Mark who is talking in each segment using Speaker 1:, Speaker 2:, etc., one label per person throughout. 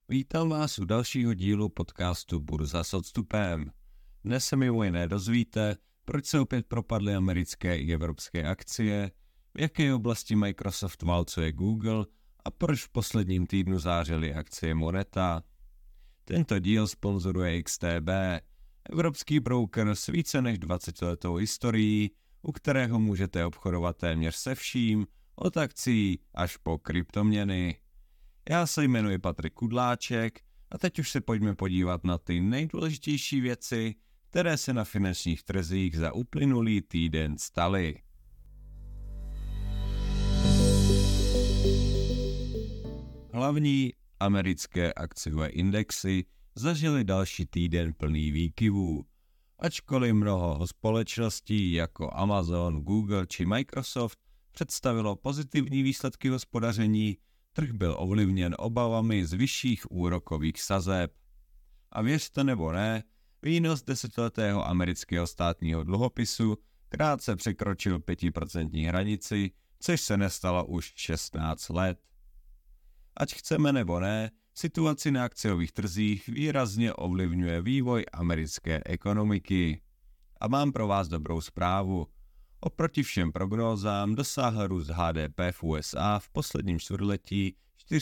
Speaker 1: Vítám vás u dalšího dílu podcastu Burza s odstupem. Dnes se mimo jiné dozvíte, proč se opět propadly americké i evropské akcie, v jaké oblasti Microsoft válcuje Google a proč v posledním týdnu zářily akcie Moneta. Tento díl sponzoruje XTB, evropský broker s více než 20letou historií, u kterého můžete obchodovat téměř se vším, od akcií až po kryptoměny. Já se jmenuji Patrik Kudláček a teď už se pojďme podívat na ty nejdůležitější věci, které se na finančních trzích za uplynulý týden staly. Hlavní americké akciové indexy zažily další týden plný výkyvů. Ačkoliv mnoho společností jako Amazon, Google či Microsoft představilo pozitivní výsledky hospodaření, trh byl ovlivněn obavami z vyšších úrokových sazeb. A věřte nebo ne, výnos 10letého amerického státního dluhopisu krátce překročil 5% hranici, což se nestalo už 16 let. Ať chceme nebo ne, situaci na akciových trzích výrazně ovlivňuje vývoj americké ekonomiky. A mám pro vás dobrou zprávu. Oproti všem prognózám dosáhl růst HDP v USA v posledním čtvrtletí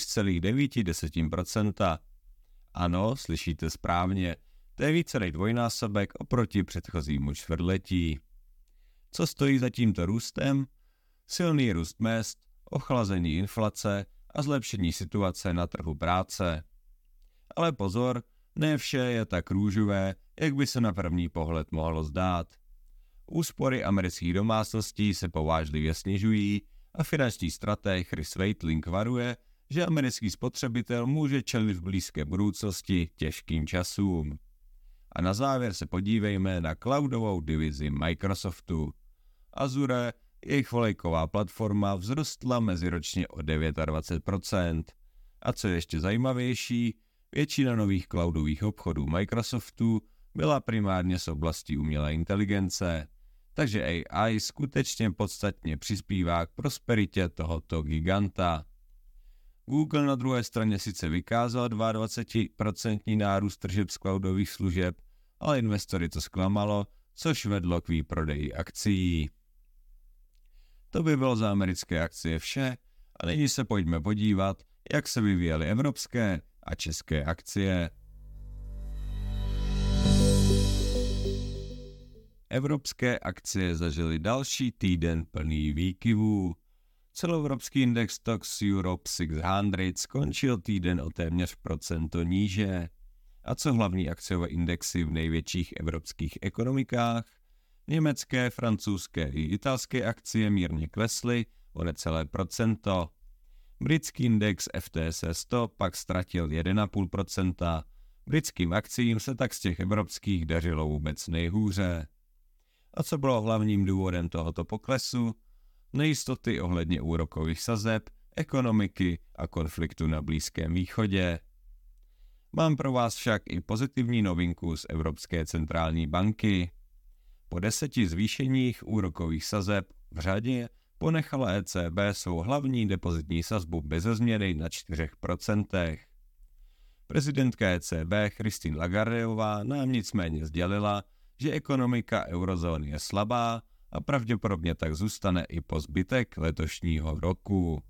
Speaker 1: 4,9%. Ano, slyšíte správně, to je více než dvojnásobek oproti předchozímu čtvrtletí. Co stojí za tímto růstem? Silný růst mezd, ochlazení inflace a zlepšení situace na trhu práce. Ale pozor, ne vše je tak růžové, jak by se na první pohled mohlo zdát. Úspory amerických domácností se povážlivě snižují a finanční stratég Chris Waitling varuje, že americký spotřebitel může čelit v blízké budoucnosti těžkým časům. A na závěr se podívejme na cloudovou divizi Microsoftu. Azure, jejich volejková platforma, vzrostla meziročně o 29%. A co je ještě zajímavější, většina nových cloudových obchodů Microsoftu byla primárně z oblasti umělé inteligence. Takže AI skutečně podstatně přispívá k prosperitě tohoto giganta. Google na druhé straně sice vykázal 22% nárůst tržeb z cloudových služeb, ale investory to zklamalo, což vedlo k výprodeji akcií. To by bylo za americké akcie vše a nyní se pojďme podívat, jak se vyvíjely evropské a české akcie. Evropské akcie zažily další týden plný výkyvů. Celoevropský index Stoxx Europe 600 skončil týden o téměř procento níže. A co hlavní akciové indexy v největších evropských ekonomikách? Německé, francouzské i italské akcie mírně klesly o necelé procento. Britský index FTSE 100 pak ztratil 1,5%. Britským akciím se tak z těch evropských dařilo vůbec nejhůře. A co bylo hlavním důvodem tohoto poklesu? Nejistoty ohledně úrokových sazeb, ekonomiky a konfliktu na Blízkém východě. Mám pro vás však i pozitivní novinku z Evropské centrální banky. Po 10 zvýšeních úrokových sazeb v řadě ponechala ECB svou hlavní depozitní sazbu beze změny na 4%. Prezidentka ECB Christine Lagardeová nám nicméně sdělila, že ekonomika eurozóny je slabá a pravděpodobně tak zůstane i po zbytek letošního roku.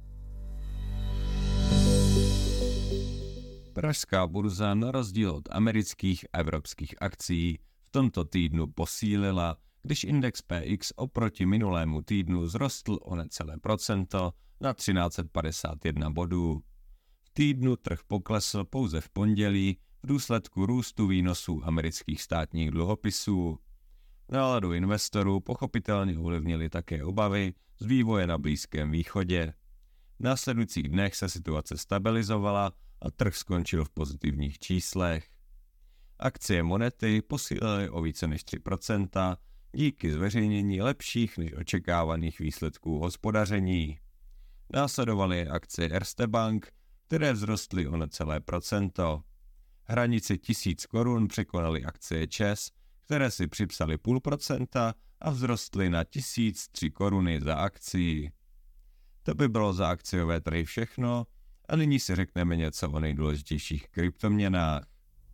Speaker 1: Pražská burza na rozdíl od amerických a evropských akcií v tomto týdnu posílila, když index PX oproti minulému týdnu vzrostl o necelé procento na 1351 bodů. V týdnu trh poklesl pouze v pondělí v důsledku růstu výnosů amerických státních dluhopisů. Náladu investorů pochopitelně ovlivnily také obavy z vývoje na Blízkém východě. V následujících dnech se situace stabilizovala a trh skončil v pozitivních číslech. Akcie Monety posílily o více než 3% díky zveřejnění lepších než očekávaných výsledků hospodaření. Následovaly akcie Erste Bank, které vzrostly o necelé procento. Hranici 1000 korun překonaly akcie ČEZ, které si připsaly 0,5% a vzrostly na 1003 koruny za akcii. To by bylo za akciové trhy všechno A nyní si řekneme něco o nejdůležitějších kryptoměnách.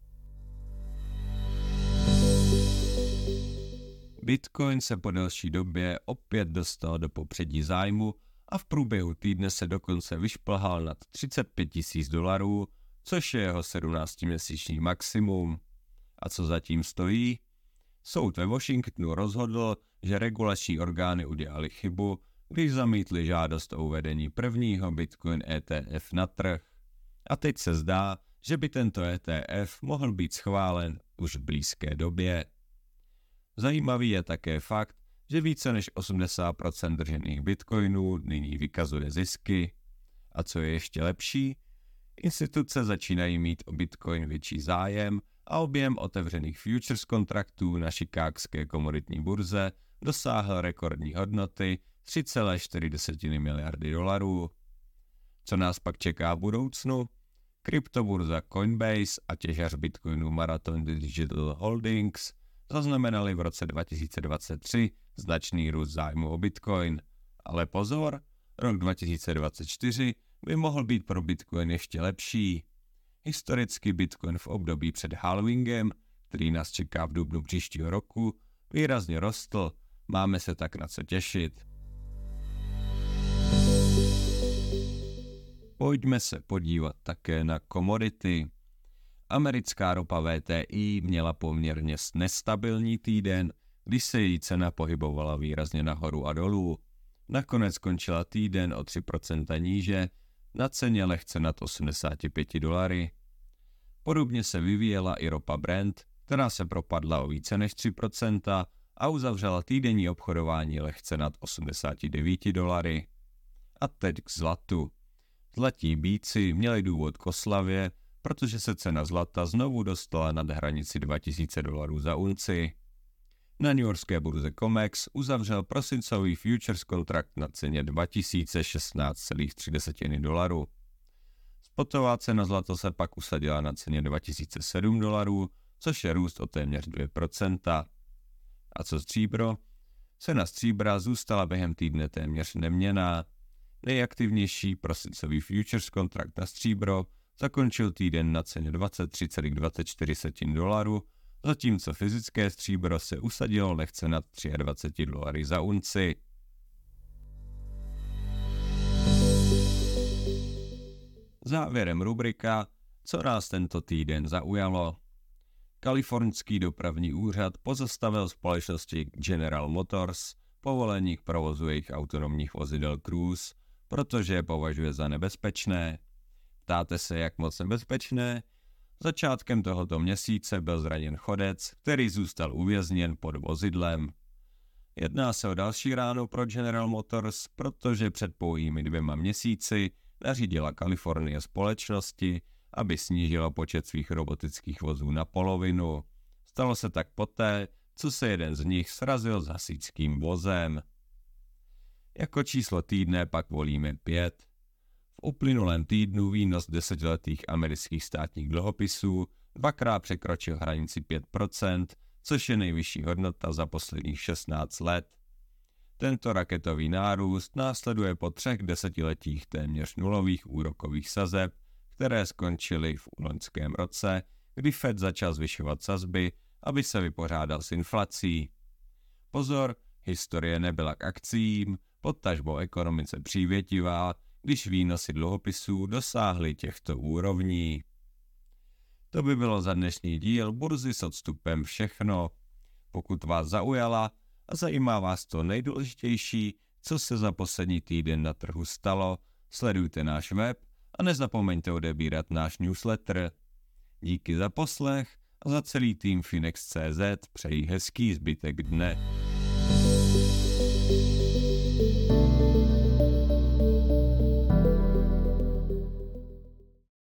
Speaker 1: Bitcoin se po delší době opět dostal do popředí zájmu a v průběhu týdne se dokonce vyšplhal nad $35,000, což je jeho 17měsíční maximum. A co zatím stojí? Soud ve Washingtonu rozhodl, že regulační orgány udělali chybu, když zamítli žádost o uvedení prvního Bitcoin ETF na trh. A teď se zdá, že by tento ETF mohl být schválen už v blízké době. Zajímavý je také fakt, že více než 80% držených bitcoinů nyní vykazuje zisky. A co je ještě lepší? Instituce začínají mít o bitcoin větší zájem a objem otevřených futures kontraktů na chicagské komoditní burze dosáhl rekordní hodnoty 3,4 miliardy dolarů. Co nás pak čeká v budoucnu? Kryptoburza Coinbase a těžař bitcoinu Marathon Digital Holdings zaznamenali v roce 2023 značný růst zájmu o bitcoin. Ale pozor, rok 2024 by mohl být pro bitcoin ještě lepší. Historicky bitcoin v období před halvingem, který nás čeká v dubnu příštího roku, výrazně rostl. Máme se tak na co těšit. Pojďme se podívat také na komodity. Americká ropa WTI měla poměrně nestabilní týden, když se její cena pohybovala výrazně nahoru a dolů. Nakonec skončila týden o 3% níže, na ceně lehce nad $85. Podobně se vyvíjela i ropa Brent, která se propadla o více než 3% a uzavřela týdenní obchodování lehce nad $89. A teď k zlatu. Zlatí býci měli důvod k oslavě, protože se cena zlata znovu dostala nad hranici $2000 za unci. Na newyorské burze COMEX uzavřel prosincový futures kontrakt na ceně $2016,3. Spotová cena zlata se pak usadila na ceně $2007, což je růst o téměř 2%. A co stříbro? Cena stříbra zůstala během týdne téměř neměnná. Nejaktivnější prosincový futures kontrakt na stříbro zakončil týden na ceně $23,24, zatímco fyzické stříbro se usadilo lehce nad $23 za unci. Závěrem rubrika, co nás tento týden zaujalo. Kalifornský dopravní úřad pozastavil společnosti General Motors povolení k provozu jejich autonomních vozidel Cruise, protože je považuje za nebezpečné. Ptáte se, jak moc nebezpečné? Začátkem tohoto měsíce byl zraněn chodec, který zůstal uvězněn pod vozidlem. Jedná se o další ránu pro General Motors, protože před pouhými 2 měsíci nařídila Kalifornie společnosti, aby snížila počet svých robotických vozů na polovinu. Stalo se tak poté, co se jeden z nich srazil s hasičským vozem. Jako číslo týdne pak volíme 5. V uplynulém týdnu výnos 10letých amerických státních dluhopisů dvakrát překročil hranici 5%, což je nejvyšší hodnota za posledních 16 let. Tento raketový nárůst následuje po 3 desetiletích téměř nulových úrokových sazeb, které skončily v loňském roce, kdy Fed začal zvyšovat sazby, aby se vypořádal s inflací. Pozor, historie nebyla k akciím, potažmo ekonomice přívětivá, když výnosy dluhopisů dosáhly těchto úrovní. To by bylo za dnešní díl Burzy s odstupem všechno. Pokud vás zaujala a zajímá vás to nejdůležitější, co se za poslední týden na trhu stalo, sledujte náš web a nezapomeňte odebírat náš newsletter. Díky za poslech a za celý tým Finex.cz přeji hezký zbytek dne.